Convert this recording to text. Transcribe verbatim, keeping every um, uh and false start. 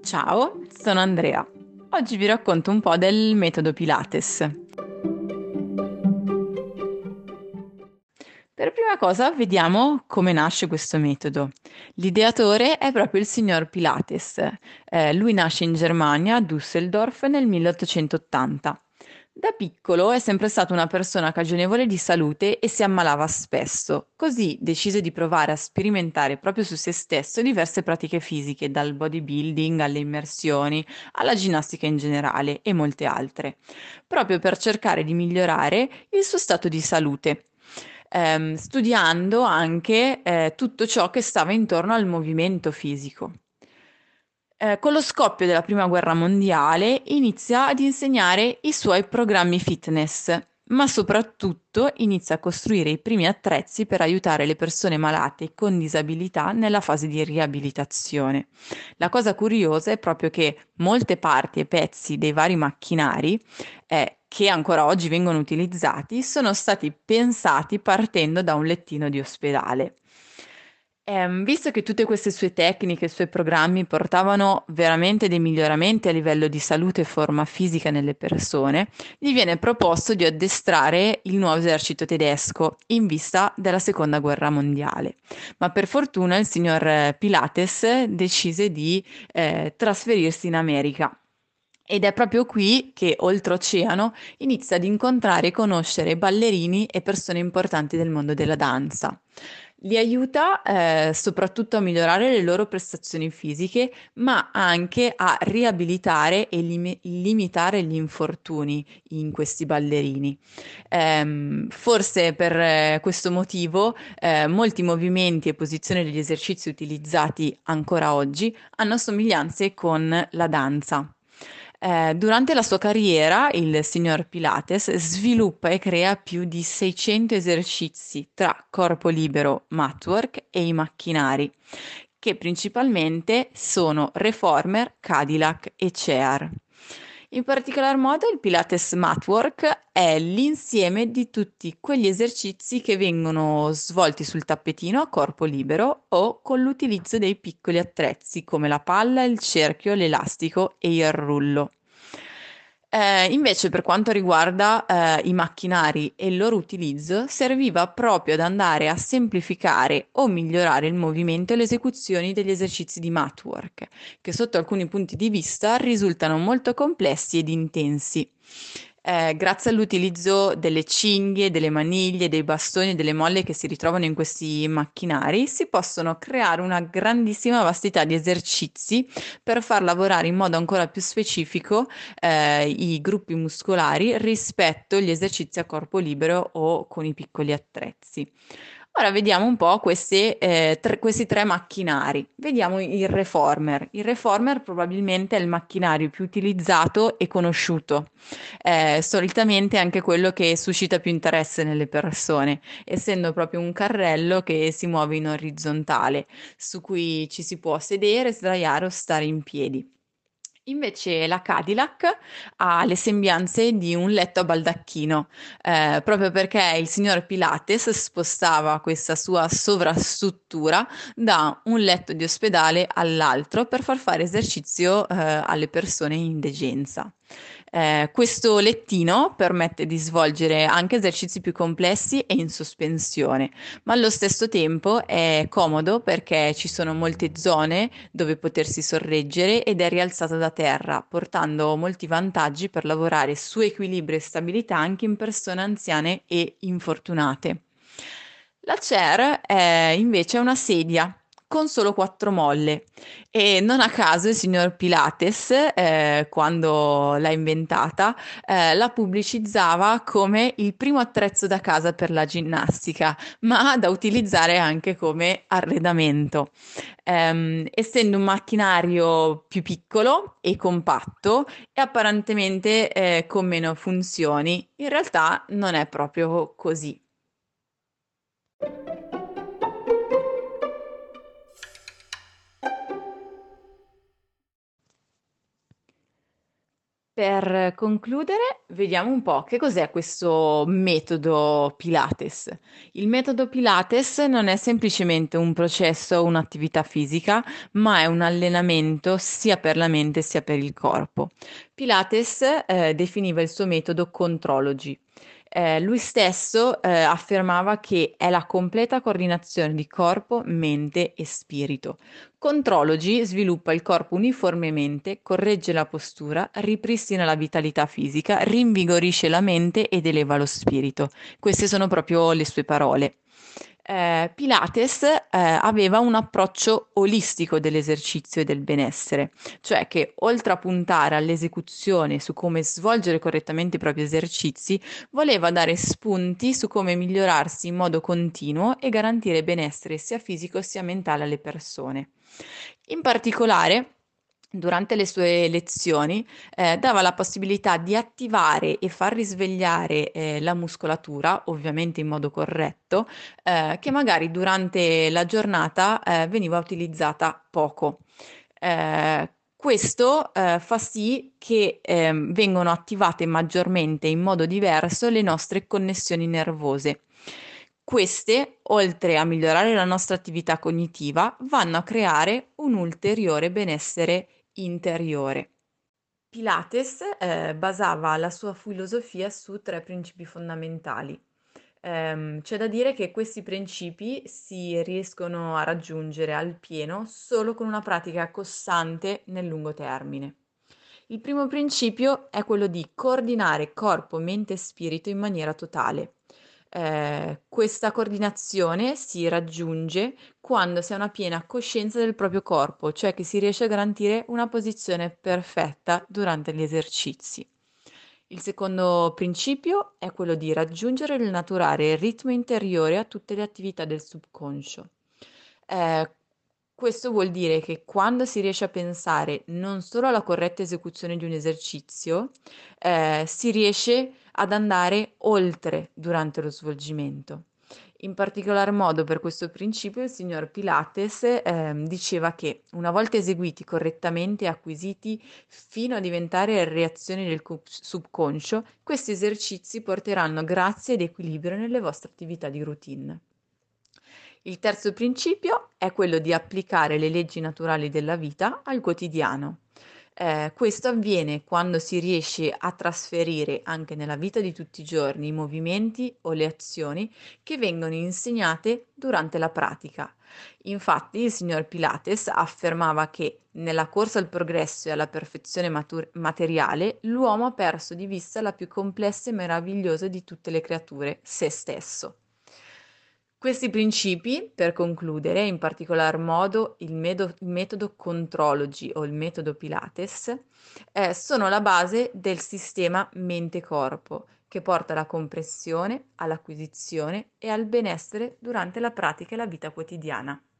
Ciao, sono Andrea. Oggi vi racconto un po' del metodo Pilates. Per prima cosa vediamo come nasce questo metodo. L'ideatore è proprio il signor Pilates. Eh, lui nasce in Germania, a Düsseldorf, nel milleottocentottanta. Da piccolo è sempre stato una persona cagionevole di salute e si ammalava spesso, così decise di provare a sperimentare proprio su se stesso diverse pratiche fisiche, dal bodybuilding alle immersioni, alla ginnastica in generale e molte altre, proprio per cercare di migliorare il suo stato di salute ehm, studiando anche eh, tutto ciò che stava intorno al movimento fisico. Eh, con lo scoppio della Prima Guerra Mondiale inizia ad insegnare i suoi programmi fitness, ma soprattutto inizia a costruire i primi attrezzi per aiutare le persone malate con disabilità nella fase di riabilitazione. La cosa curiosa è proprio che molte parti e pezzi dei vari macchinari eh, che ancora oggi vengono utilizzati sono stati pensati partendo da un lettino di ospedale. Ehm, visto che tutte queste sue tecniche, i suoi programmi portavano veramente dei miglioramenti a livello di salute e forma fisica nelle persone, gli viene proposto di addestrare il nuovo esercito tedesco in vista della seconda guerra mondiale. Ma per fortuna il signor eh, Pilates decise di eh, trasferirsi in America. Ed è proprio qui che, oltreoceano, inizia ad incontrare e conoscere ballerini e persone importanti del mondo della danza. Li aiuta eh, soprattutto a migliorare le loro prestazioni fisiche, ma anche a riabilitare e limi- limitare gli infortuni in questi ballerini. Ehm, forse per eh, questo motivo eh, molti movimenti e posizioni degli esercizi utilizzati ancora oggi hanno somiglianze con la danza. Eh, durante la sua carriera, il signor Pilates sviluppa e crea più di seicento esercizi tra corpo libero, matwork e i macchinari, che principalmente sono reformer, Cadillac e chair. In particolar modo il Pilates Matwork è l'insieme di tutti quegli esercizi che vengono svolti sul tappetino a corpo libero o con l'utilizzo dei piccoli attrezzi come la palla, il cerchio, l'elastico e il rullo. Eh, invece, per quanto riguarda eh, i macchinari e il loro utilizzo, serviva proprio ad andare a semplificare o migliorare il movimento e le esecuzioni degli esercizi di matwork, che sotto alcuni punti di vista risultano molto complessi ed intensi. Eh, grazie all'utilizzo delle cinghie, delle maniglie, dei bastoni e delle molle che si ritrovano in questi macchinari, si possono creare una grandissima vastità di esercizi per far lavorare in modo ancora più specifico eh, i gruppi muscolari rispetto agli esercizi a corpo libero o con i piccoli attrezzi. Ora vediamo un po' queste, eh, tre- questi tre macchinari. Vediamo il reformer. Il reformer probabilmente è il macchinario più utilizzato e conosciuto. Eh, solitamente è anche quello che suscita più interesse nelle persone, essendo proprio un carrello che si muove in orizzontale, su cui ci si può sedere, sdraiare o stare in piedi. Invece la Cadillac ha le sembianze di un letto a baldacchino, eh, proprio perché il signor Pilates spostava questa sua sovrastruttura da un letto di ospedale all'altro per far fare esercizio, eh, alle persone in degenza. Eh, questo lettino permette di svolgere anche esercizi più complessi e in sospensione, ma allo stesso tempo è comodo perché ci sono molte zone dove potersi sorreggere ed è rialzato da terra, portando molti vantaggi per lavorare su equilibrio e stabilità anche in persone anziane e infortunate. La chair è invece una sedia con solo quattro molle e non a caso il signor Pilates, eh, quando l'ha inventata, eh, la pubblicizzava come il primo attrezzo da casa per la ginnastica, ma da utilizzare anche come arredamento. Ehm, essendo un macchinario più piccolo e compatto e apparentemente eh, con meno funzioni, in realtà non è proprio così. Per concludere, vediamo un po' che cos'è questo metodo Pilates. Il metodo Pilates non è semplicemente un processo o un'attività fisica, ma è un allenamento sia per la mente sia per il corpo. Pilates, eh, definiva il suo metodo Contrology. Eh, lui stesso, eh, affermava che è la completa coordinazione di corpo, mente e spirito. Contrology sviluppa il corpo uniformemente, corregge la postura, ripristina la vitalità fisica, rinvigorisce la mente ed eleva lo spirito. Queste sono proprio le sue parole. Eh, Pilates eh, aveva un approccio olistico dell'esercizio e del benessere, cioè che oltre a puntare all'esecuzione su come svolgere correttamente i propri esercizi, voleva dare spunti su come migliorarsi in modo continuo e garantire benessere sia fisico sia mentale alle persone. In particolare, durante le sue lezioni, eh, dava la possibilità di attivare e far risvegliare eh, la muscolatura, ovviamente in modo corretto, eh, che magari durante la giornata eh, veniva utilizzata poco. Eh, questo eh, fa sì che ehm, vengono attivate maggiormente in modo diverso le nostre connessioni nervose. Queste, oltre a migliorare la nostra attività cognitiva, vanno a creare un ulteriore benessere interiore. Pilates, eh, basava la sua filosofia su tre principi fondamentali. Ehm, c'è da dire che questi principi si riescono a raggiungere al pieno solo con una pratica costante nel lungo termine. Il primo principio è quello di coordinare corpo, mente e spirito in maniera totale. Eh, questa coordinazione si raggiunge quando si ha una piena coscienza del proprio corpo, cioè che si riesce a garantire una posizione perfetta durante gli esercizi. Il secondo principio è quello di raggiungere e naturare il ritmo interiore a tutte le attività del subconscio. Eh, Questo vuol dire che quando si riesce a pensare non solo alla corretta esecuzione di un esercizio, eh, si riesce ad andare oltre durante lo svolgimento. In particolar modo per questo principio il signor Pilates ehm, diceva che una volta eseguiti correttamente e acquisiti fino a diventare reazioni del cu- subconscio, questi esercizi porteranno grazia ed equilibrio nelle vostre attività di routine. Il terzo principio è quello di applicare le leggi naturali della vita al quotidiano. Eh, questo avviene quando si riesce a trasferire anche nella vita di tutti i giorni i movimenti o le azioni che vengono insegnate durante la pratica. Infatti, il signor Pilates affermava che nella corsa al progresso e alla perfezione matur- materiale, l'uomo ha perso di vista la più complessa e meravigliosa di tutte le creature, se stesso. Questi principi, per concludere, in particolar modo il, medo- il metodo Contrology o il metodo Pilates, eh, sono la base del sistema mente-corpo che porta alla compressione, all'acquisizione e al benessere durante la pratica e la vita quotidiana.